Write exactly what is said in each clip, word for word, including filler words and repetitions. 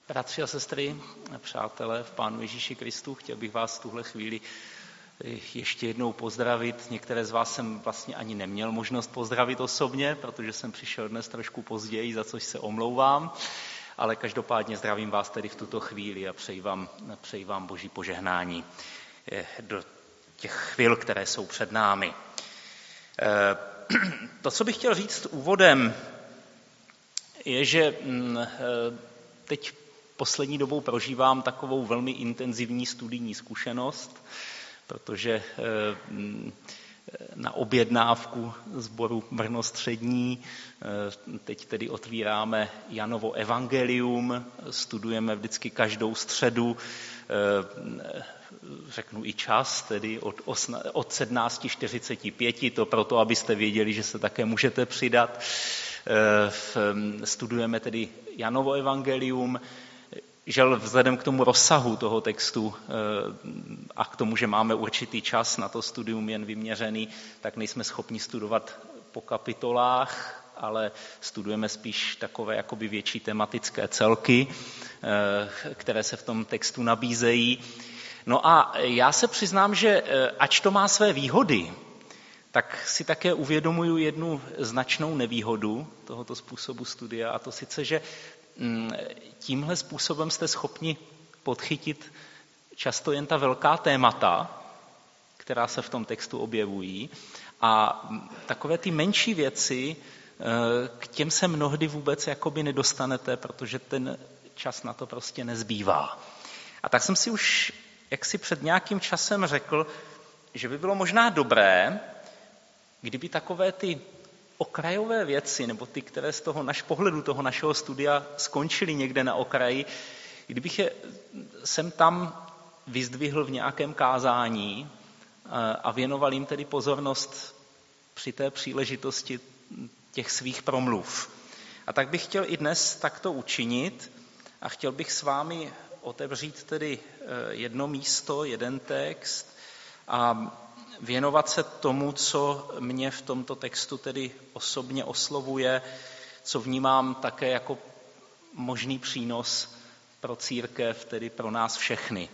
Bratři a sestry, přátelé v Pánu Ježíši Kristu, chtěl bych vás v tuhle chvíli ještě jednou pozdravit. Některé z vás jsem vlastně ani neměl možnost pozdravit osobně, protože jsem přišel dnes trošku později, za což se omlouvám, ale každopádně zdravím vás tedy v tuto chvíli a přeji vám, přeji vám Boží požehnání do těch chvil, které jsou před námi. To, co bych chtěl říct úvodem, je, že teď poslední dobou prožívám takovou velmi intenzivní studijní zkušenost, protože na objednávku sboru Brno střední teď tedy otvíráme Janovo evangelium, studujeme vždycky každou středu, řeknu i čas, tedy od sedmnáct čtyřicet pět, to proto, abyste věděli, že se také můžete přidat. Studujeme tedy Janovo evangelium. Žel vzhledem k tomu rozsahu toho textu a k tomu, že máme určitý čas na to studium jen vyměřený, tak nejsme schopni studovat po kapitolách, ale studujeme spíš takové jakoby větší tematické celky, které se v tom textu nabízejí. No a já se přiznám, že ač to má své výhody, tak si také uvědomuju jednu značnou nevýhodu tohoto způsobu studia, a to sice, že tímhle způsobem jste schopni podchytit často jen ta velká témata, která se v tom textu objevují, a takové ty menší věci, k těm se mnohdy vůbec jakoby nedostanete, protože ten čas na to prostě nezbývá. A tak jsem si už jaksi před nějakým časem řekl, že by bylo možná dobré, kdyby takové ty okrajové věci, nebo ty, které z toho naš pohledu toho našeho studia skončily někde na okraji, kdybych je sem tam vyzdvihl v nějakém kázání a věnoval jim tedy pozornost při té příležitosti těch svých promluv. A tak bych chtěl i dnes takto učinit a chtěl bych s vámi otevřít tedy jedno místo, jeden text a věnovat se tomu, co mě v tomto textu tedy osobně oslovuje, co vnímám také jako možný přínos pro církev, tedy pro nás všechny.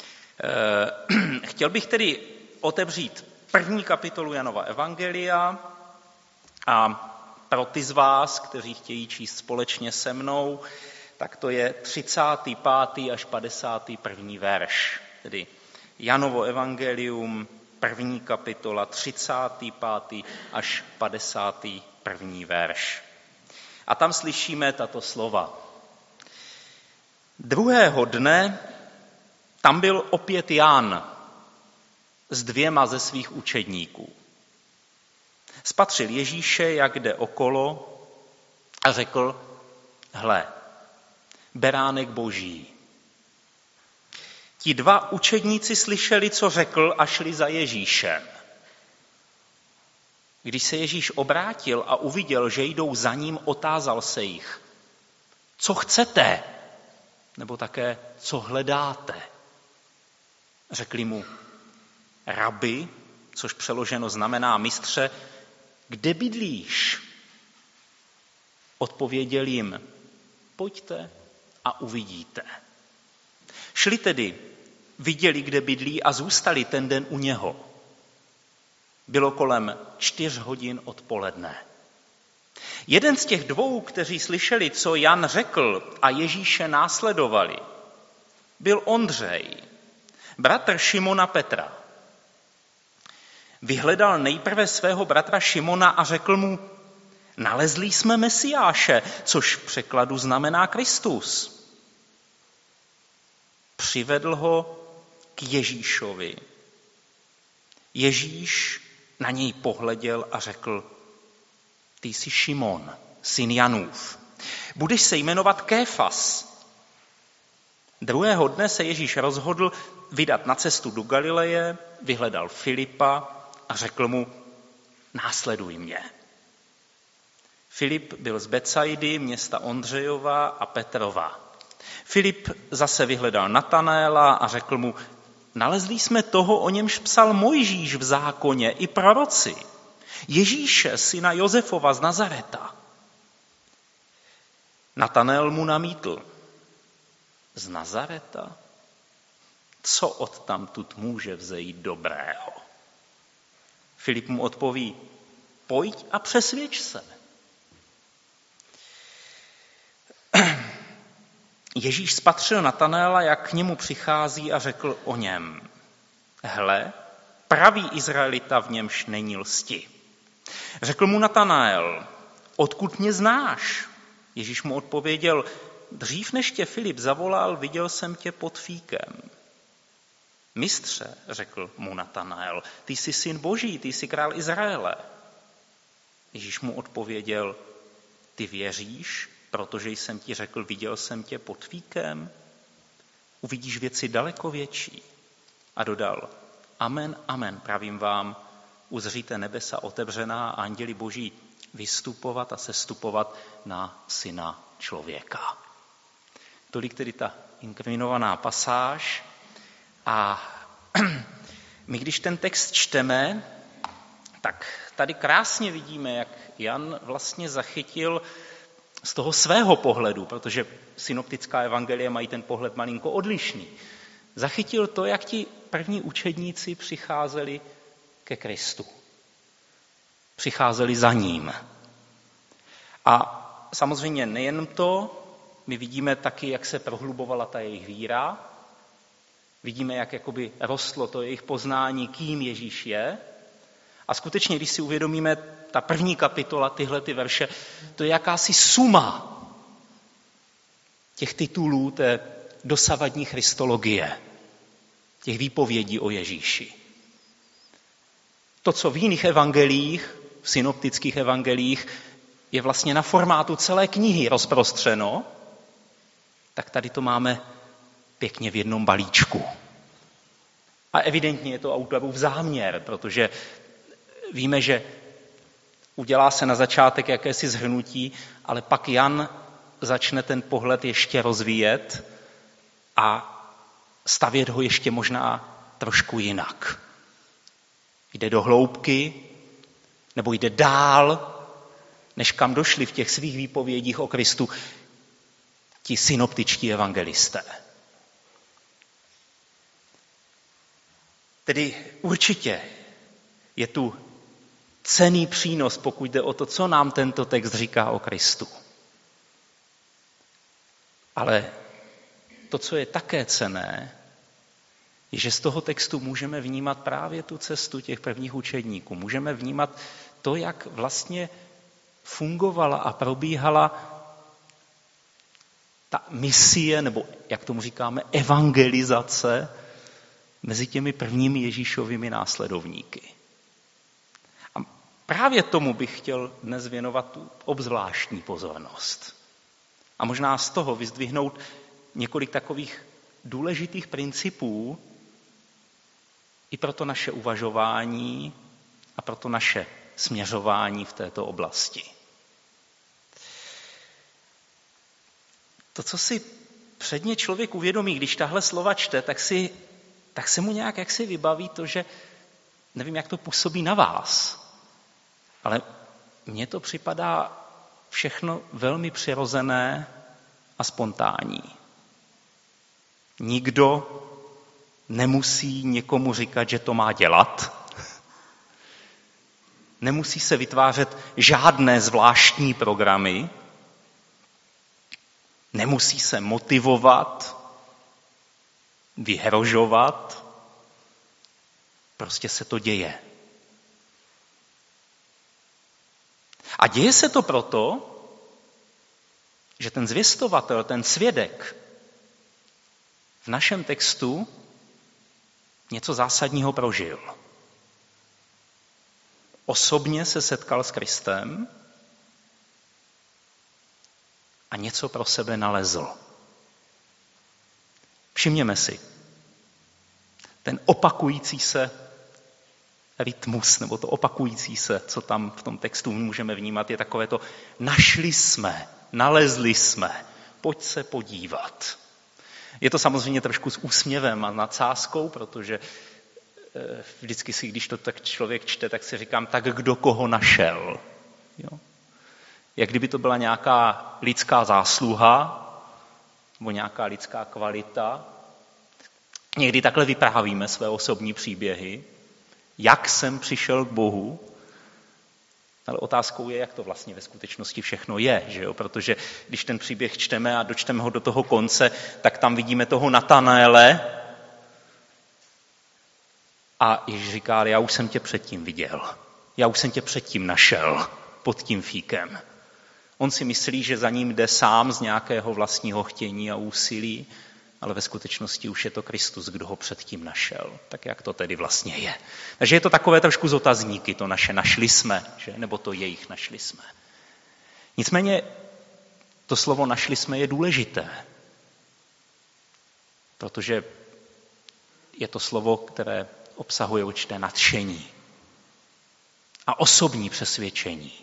Chtěl bych tedy otevřít první kapitolu Janova evangelia a pro ty z vás, kteří chtějí číst společně se mnou, tak to je třicátý pátý až padesátý první verš. Tedy Janovo evangelium, první kapitola, třicátý pátý až padesátý první verš. A tam slyšíme tato slova. Druhého dne tam byl opět Jan s dvěma ze svých učedníků. Spatřil Ježíše, jak jde okolo, a řekl: hle, beránek Boží. Ti dva učedníci slyšeli, co řekl, a šli za Ježíšem. Když se Ježíš obrátil a uviděl, že jdou za ním, otázal se jich: co chcete? Nebo také, co hledáte? Řekli mu: Rabi, což přeloženo znamená mistře, kde bydlíš? Odpověděl jim: pojďte a uvidíte. Šli tedy, viděli, kde bydlí, a zůstali ten den u něho. Bylo kolem čtyř hodin odpoledne. Jeden z těch dvou, kteří slyšeli, co Jan řekl, a Ježíše následovali, byl Ondřej, bratr Šimona Petra. Vyhledal nejprve svého bratra Šimona a řekl mu: nalezli jsme Mesiáše, což v překladu znamená Kristus. Přivedl ho k Ježíšovi. Ježíš na něj pohleděl a řekl: ty jsi Šimon, syn Janův. Budeš se jmenovat Kéfas. Druhého dne se Ježíš rozhodl vydat na cestu do Galileje, vyhledal Filipa a řekl mu: následuj mě. Filip byl z Betsaidy, města Ondřejova a Petrova. Filip zase vyhledal Natanaela a řekl mu: nalezli jsme toho, o němž psal Mojžíš v zákoně i proroci, Ježíše, syna Josefova z Nazareta. Natanael mu namítl: z Nazareta? Co odtamtud může vzejít dobrého? Filip mu odpoví, pojď a přesvědč se. Ježíš spatřil Natanaela, jak k němu přichází a řekl o něm. Hle, pravý Izraelita, v němž není lsti. Řekl mu Natanael, odkud mě znáš? Ježíš mu odpověděl, dřív než tě Filip zavolal, viděl jsem tě pod fíkem. Mistře, řekl mu Natanael, ty jsi syn Boží, ty jsi král Izraele. Ježíš mu odpověděl, ty věříš, protože jsem ti řekl, viděl jsem tě pod fíkem? Uvidíš věci daleko větší. A dodal, amen, amen, pravím vám, uzříte nebesa otevřená a anděli Boží vystupovat a sestupovat na syna člověka. Tolik tedy ta inkriminovaná pasáž. A my, když ten text čteme, tak tady krásně vidíme, jak Jan vlastně zachytil z toho svého pohledu, protože synoptická evangelie mají ten pohled malinko odlišný. Zachytil to, jak ti první učedníci přicházeli ke Kristu. Přicházeli za ním. A samozřejmě nejen to, my vidíme taky, jak se prohlubovala ta jejich víra, vidíme, jak jakoby rostlo to jejich poznání, kým Ježíš je. A skutečně, když si uvědomíme, ta první kapitola, tyhle ty verše, to je jakási suma těch titulů té dosavadní christologie, těch výpovědí o Ježíši. To, co v jiných evangelích, v synoptických evangelích, je vlastně na formátu celé knihy rozprostřeno, tak tady to máme pěkně v jednom balíčku. A evidentně je to autorův záměr, protože víme, že udělá se na začátek jakési shrnutí, ale pak Jan začne ten pohled ještě rozvíjet a stavět ho ještě možná trošku jinak. Jde do hloubky, nebo jde dál, než kam došli v těch svých výpovědích o Kristu ti synoptičtí evangelisté. Tedy určitě je tu cenný přínos, pokud jde o to, co nám tento text říká o Kristu. Ale to, co je také cenné, je, že z toho textu můžeme vnímat právě tu cestu těch prvních učedníků. Můžeme vnímat to, jak vlastně fungovala a probíhala ta misie, nebo jak tomu říkáme, evangelizace mezi těmi prvními Ježíšovými následovníky. A právě tomu bych chtěl dnes věnovat tu obzvláštní pozornost. A možná z toho vyzdvihnout několik takových důležitých principů i pro to naše uvažování a pro to naše směřování v této oblasti. To, co si předně člověk uvědomí, když tahle slova čte, tak, si, tak se mu nějak jaksi vybaví to, že nevím, jak to působí na vás, ale mně to připadá všechno velmi přirozené a spontánní. Nikdo nemusí někomu říkat, že to má dělat. Nemusí se vytvářet žádné zvláštní programy. Nemusí se motivovat, vyhrožovat. Prostě se to děje. A děje se to proto, že ten zvěstovatel, ten svědek v našem textu něco zásadního prožil. Osobně se setkal s Kristem a něco pro sebe nalezl. Všimněme si, ten opakující se rytmus, nebo to opakující se, co tam v tom textu můžeme vnímat, je takové to našli jsme, nalezli jsme, pojď se podívat. Je to samozřejmě trošku s úsměvem a nadsázkou, protože vždycky si, když to tak člověk čte, tak si říkám, tak kdo koho našel. Jo? Jak kdyby to byla nějaká lidská zásluha, nebo nějaká lidská kvalita. Někdy takhle vyprávíme své osobní příběhy, jak jsem přišel k Bohu, ale otázkou je, jak to vlastně ve skutečnosti všechno je, že jo? Protože když ten příběh čteme a dočteme ho do toho konce, tak tam vidíme toho Natanaele a Ježíš říká, já už jsem tě předtím viděl, já už jsem tě předtím našel pod tím fíkem. On si myslí, že za ním jde sám z nějakého vlastního chtění a úsilí, ale ve skutečnosti už je to Kristus, kdo ho předtím našel. Tak jak to tedy vlastně je? Takže je to takové trošku z otazníky, to naše našli jsme, že? Nebo to jejich našli jsme. Nicméně to slovo našli jsme je důležité, protože je to slovo, které obsahuje určité nadšení a osobní přesvědčení.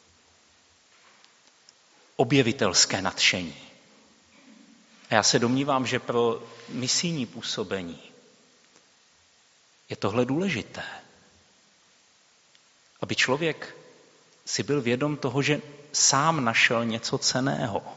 Objevitelské nadšení. A já se domnívám, že pro misijní působení je tohle důležité. Aby člověk si byl vědom toho, že sám našel něco cenného.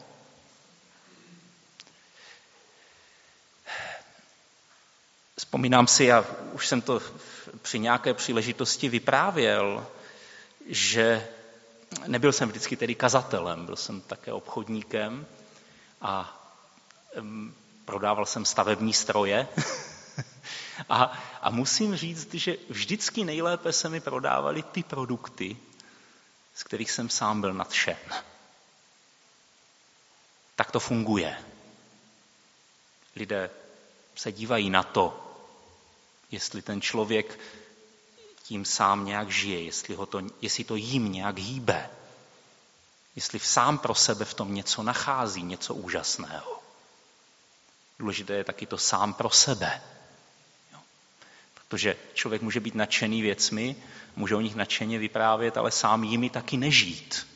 Vzpomínám si, já už jsem to při nějaké příležitosti vyprávěl, že nebyl jsem vždycky tedy kazatelem, byl jsem také obchodníkem a prodával jsem stavební stroje a, a musím říct, že vždycky nejlépe se mi prodávaly ty produkty, z kterých jsem sám byl nadšen. Tak to funguje. Lidé se dívají na to, jestli ten člověk tím sám nějak žije, jestli, ho to, jestli to jim nějak hýbe, jestli sám pro sebe v tom něco nachází, něco úžasného. Důležité je taky to sám pro sebe. Jo. Protože člověk může být nadšený věcmi, může o nich nadšeně vyprávět, ale sám jimi taky nežít.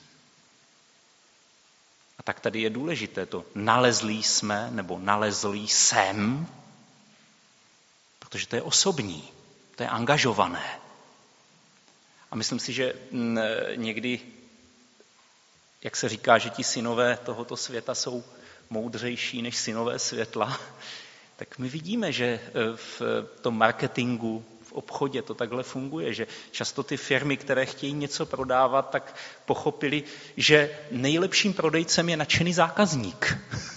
A tak tady je důležité to nalezlí jsme, nebo nalezlý jsem, protože to je osobní, to je angažované. A myslím si, že někdy, jak se říká, že ti synové tohoto světa jsou moudřejší než synové světla, tak my vidíme, že v tom marketingu, v obchodě to takhle funguje, že často ty firmy, které chtějí něco prodávat, tak pochopili, že nejlepším prodejcem je nadšený zákazník.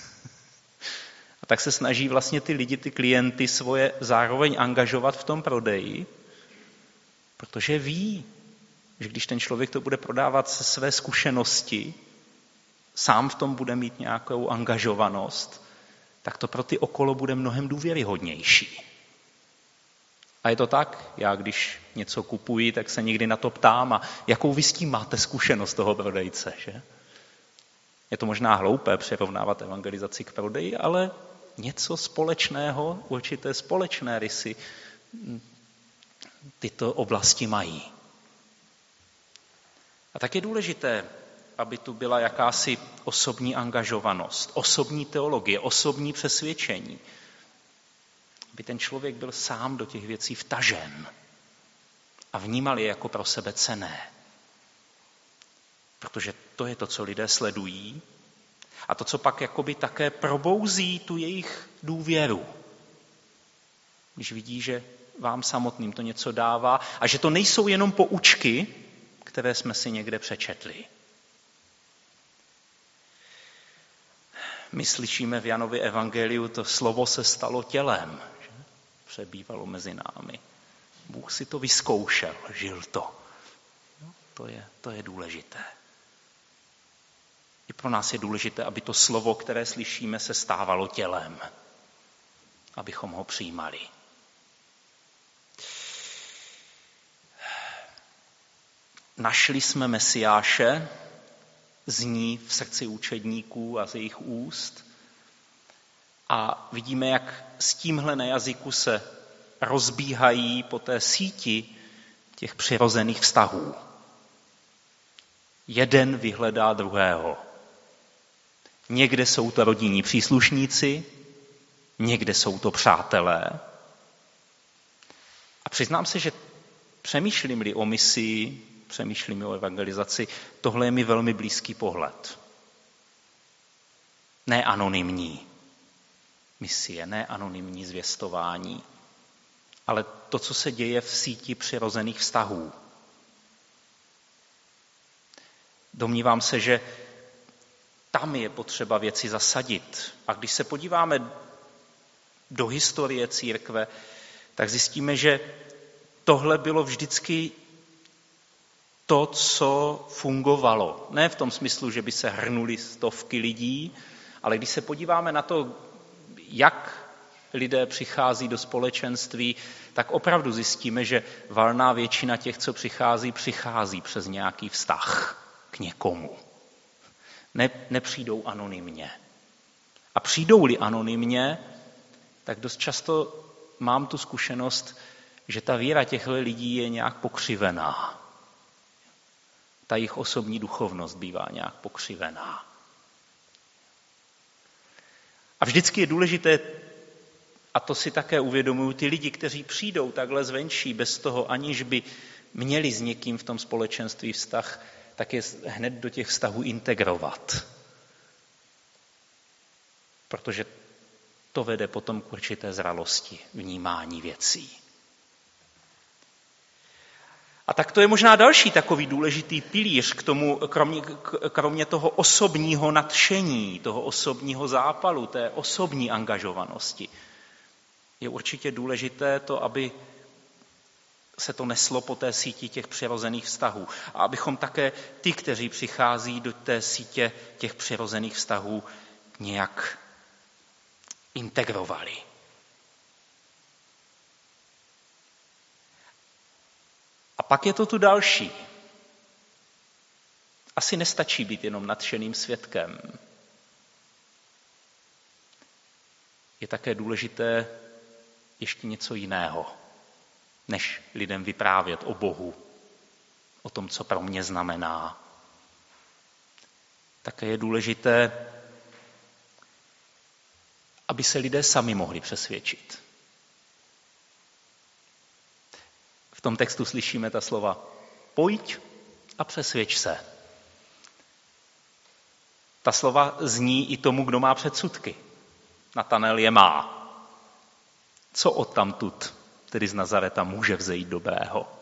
A tak se snaží vlastně ty lidi, ty klienty svoje zároveň angažovat v tom prodeji, protože ví, že když ten člověk to bude prodávat ze své zkušenosti, sám v tom bude mít nějakou angažovanost, tak to pro ty okolo bude mnohem důvěryhodnější. A je to tak, já když něco kupuji, tak se někdy na to ptám, a jakou vy s tím máte zkušenost toho prodejce, že? Je to možná hloupé přirovnávat evangelizaci k prodeji, ale něco společného, určité společné rysy tyto oblasti mají. A tak je důležité, aby tu byla jakási osobní angažovanost, osobní teologie, osobní přesvědčení. Aby ten člověk byl sám do těch věcí vtažen a vnímal je jako pro sebe cenné. Protože to je to, co lidé sledují a to, co pak jakoby také probouzí tu jejich důvěru. Když vidí, že vám samotným to něco dává a že to nejsou jenom poučky, které jsme si někde přečetli. My slyšíme v Janově evangeliu, to slovo se stalo tělem, že? Přebývalo mezi námi. Bůh si to vyzkoušel, žil to. No, to je, to je důležité. I pro nás je důležité, aby to slovo, které slyšíme, se stávalo tělem. Abychom ho přijímali. Našli jsme Mesiáše, zní v srdci učedníků a z jejich úst. A vidíme, jak s tímhle na jazyku se rozbíhají po té síti těch přirozených vztahů. Jeden vyhledá druhého. Někde jsou to rodinní příslušníci, někde jsou to přátelé. A přiznám se, že přemýšlím-li o misii, přemýšlím o evangelizaci, tohle je mi velmi blízký pohled. Ne anonymní, misie, ne anonymní zvěstování, ale to, co se děje v síti přirozených vztahů. Domnívám se, že tam je potřeba věci zasadit. A když se podíváme do historie církve, tak zjistíme, že tohle bylo vždycky to, co fungovalo. Ne v tom smyslu, že by se hrnuly stovky lidí, ale když se podíváme na to, jak lidé přichází do společenství, tak opravdu zjistíme, že valná většina těch, co přichází, přichází přes nějaký vztah k někomu. Ne, nepřijdou anonymně. A přijdou-li anonymně, tak dost často mám tu zkušenost, že ta víra těchto lidí je nějak pokřivená. Ta jejich osobní duchovnost bývá nějak pokřivená. A vždycky je důležité, a to si také uvědomují, ty lidi, kteří přijdou takhle zvenčí, bez toho, aniž by měli s někým v tom společenství vztah, tak je hned do těch vztahů integrovat. Protože to vede potom k určité zralosti, vnímání věcí. A tak to je možná další takový důležitý pilíř k tomu, kromě, kromě toho osobního nadšení, toho osobního zápalu, té osobní angažovanosti. Je určitě důležité to, aby se to neslo po té síti těch přirozených vztahů. A abychom také ty, kteří přichází do té sítě těch přirozených vztahů, nějak integrovali. A pak je to tu další. Asi nestačí být jenom nadšeným svědkem. Je také důležité ještě něco jiného, než lidem vyprávět o Bohu, o tom, co pro mě znamená. Také je důležité, aby se lidé sami mohli přesvědčit. V tom textu slyšíme ta slova pojď a přesvědč se. Ta slova zní i tomu, kdo má předsudky. Natanael je má. Co odtamtud, tedy z Nazareta, může vzejít dobrého?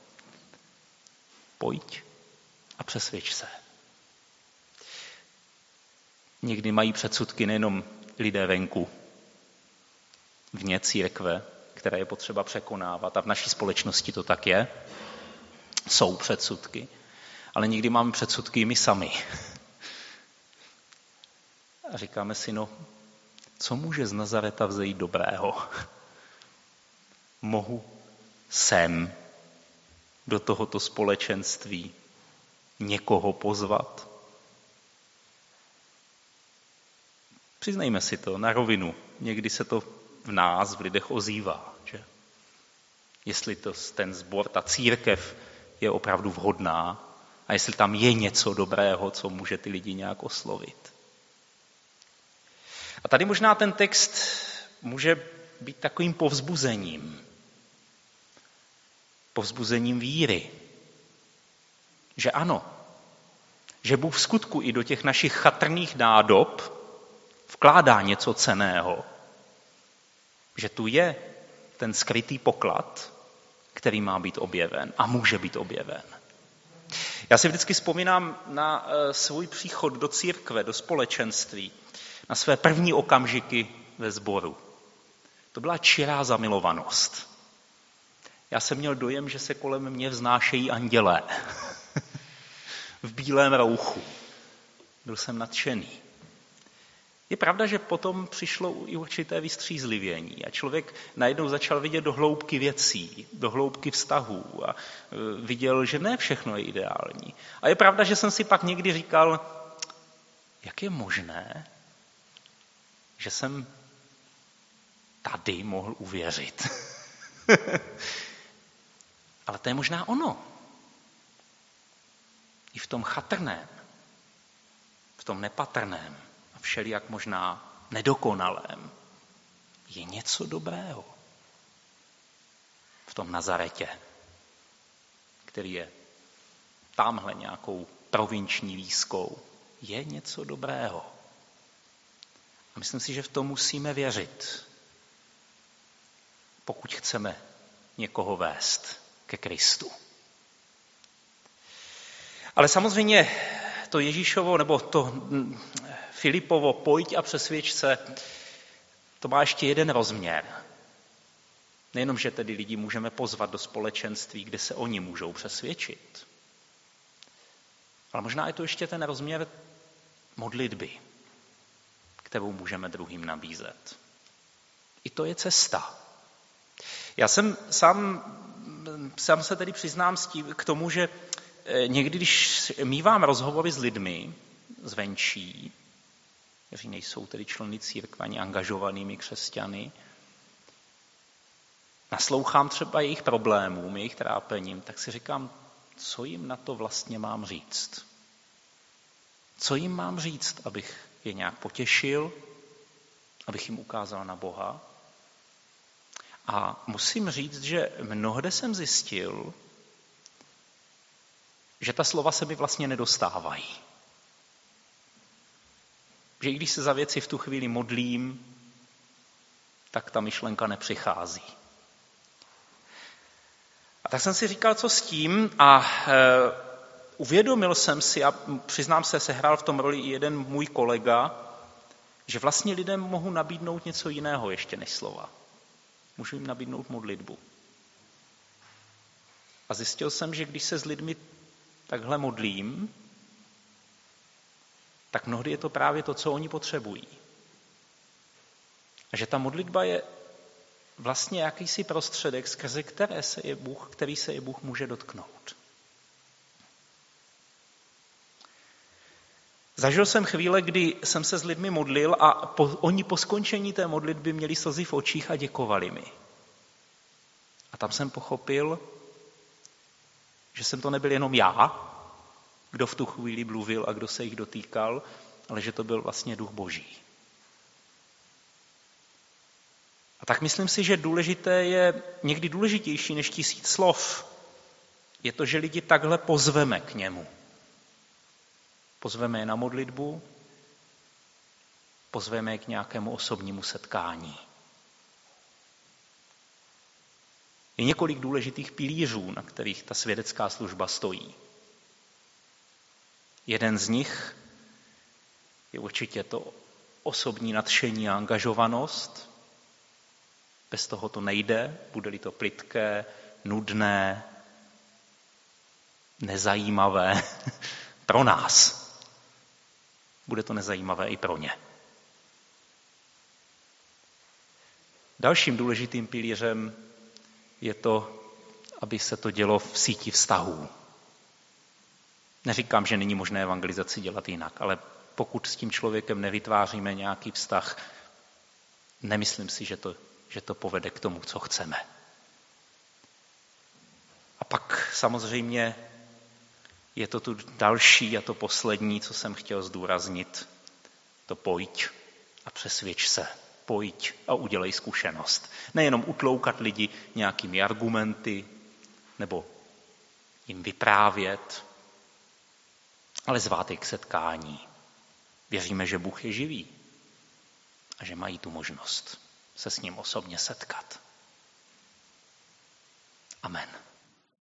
Pojď a přesvědč se. Někdy mají předsudky nejenom lidé venku, vně církve, které je potřeba překonávat. A v naší společnosti to tak je. Jsou předsudky. Ale někdy máme předsudky i my sami. A říkáme si, no, co může z Nazareta vzejít dobrého? Mohu sem do tohoto společenství někoho pozvat? Přiznejme si to na rovinu. Někdy se to v nás, v lidech ozývá. Že? Jestli to, ten sbor, ta církev je opravdu vhodná a jestli tam je něco dobrého, co může ty lidi nějak oslovit. A tady možná ten text může být takovým povzbuzením. Povzbuzením víry. Že ano, že Bůh v skutku i do těch našich chatrných nádob vkládá něco cenného. Že tu je ten skrytý poklad, který má být objeven a může být objeven. Já si vždycky vzpomínám na svůj příchod do církve, do společenství, na své první okamžiky ve sboru. To byla čirá zamilovanost. Já jsem měl dojem, že se kolem mě vznášejí andělé v bílém rouchu. Byl jsem nadšený. Je pravda, že potom přišlo i určité vystřízlivění a člověk najednou začal vidět do hloubky věcí, do hloubky vztahů a viděl, že ne všechno je ideální. A je pravda, že jsem si pak někdy říkal, jak je možné, že jsem tady mohl uvěřit. Ale to je možná ono. I v tom chatrném, v tom nepatrném a všelijak možná nedokonalém je něco dobrého. V tom Nazaretě, který je tamhle nějakou provinční výskou, je něco dobrého. A myslím si, že v tom musíme věřit, pokud chceme někoho vést ke Kristu. Ale samozřejmě to Ježíšovo, nebo to Filipovo pojď a přesvědč se, to má ještě jeden rozměr. Nejenom, že tedy lidi můžeme pozvat do společenství, kde se oni můžou přesvědčit, ale možná je to ještě ten rozměr modlitby, kterou můžeme druhým nabízet. I to je cesta. Já jsem sám, sám se tedy přiznám k tomu, že někdy, když mívám rozhovory s lidmi zvenčí, kteří nejsou tedy členy církve ani angažovanými křesťany, naslouchám třeba jejich problémům, jejich trápením, tak si říkám, co jim na to vlastně mám říct. Co jim mám říct, abych je nějak potěšil, abych jim ukázal na Boha. A musím říct, že mnohde jsem zjistil, že ta slova se mi vlastně nedostávají. Že i když se za věci v tu chvíli modlím, tak ta myšlenka nepřichází. A tak jsem si říkal, co s tím, a e, uvědomil jsem si, a přiznám se, sehrál v tom roli i jeden můj kolega, že vlastně lidem mohu nabídnout něco jiného ještě než slova. Můžu jim nabídnout modlitbu. A zjistil jsem, že když se s lidmi takhle modlím, tak mnohdy je to právě to, co oni potřebují. A že ta modlitba je vlastně jakýsi prostředek, skrze které se je Bůh, který se je Bůh může dotknout. Zažil jsem chvíle, kdy jsem se s lidmi modlil a po, oni po skončení té modlitby měli slzy v očích a děkovali mi. A tam jsem pochopil, že jsem to nebyl jenom já, kdo v tu chvíli mluvil a kdo se jich dotýkal, ale že to byl vlastně Duch Boží. A tak myslím si, že důležité je, někdy důležitější než tisíc slov, je to, že lidi takhle pozveme k němu. Pozveme je na modlitbu, pozveme je k nějakému osobnímu setkání. Je několik důležitých pilířů, na kterých ta svědecká služba stojí. Jeden z nich je určitě to osobní nadšení a angažovanost. Bez toho to nejde, bude-li to plytké, nudné, nezajímavé pro nás. Bude to nezajímavé i pro ně. Dalším důležitým pilířem je to, aby se to dělo v síti vztahů. Neříkám, že není možné evangelizaci dělat jinak, ale pokud s tím člověkem nevytváříme nějaký vztah, nemyslím si, že to, že to povede k tomu, co chceme. A pak samozřejmě je to tu další a to poslední, co jsem chtěl zdůraznit, to pojď a přesvědč se. Pojď a udělej zkušenost. Nejenom utloukat lidi nějakými argumenty nebo jim vyprávět, ale zvát je k setkání. Věříme, že Bůh je živý a že mají tu možnost se s ním osobně setkat. Amen.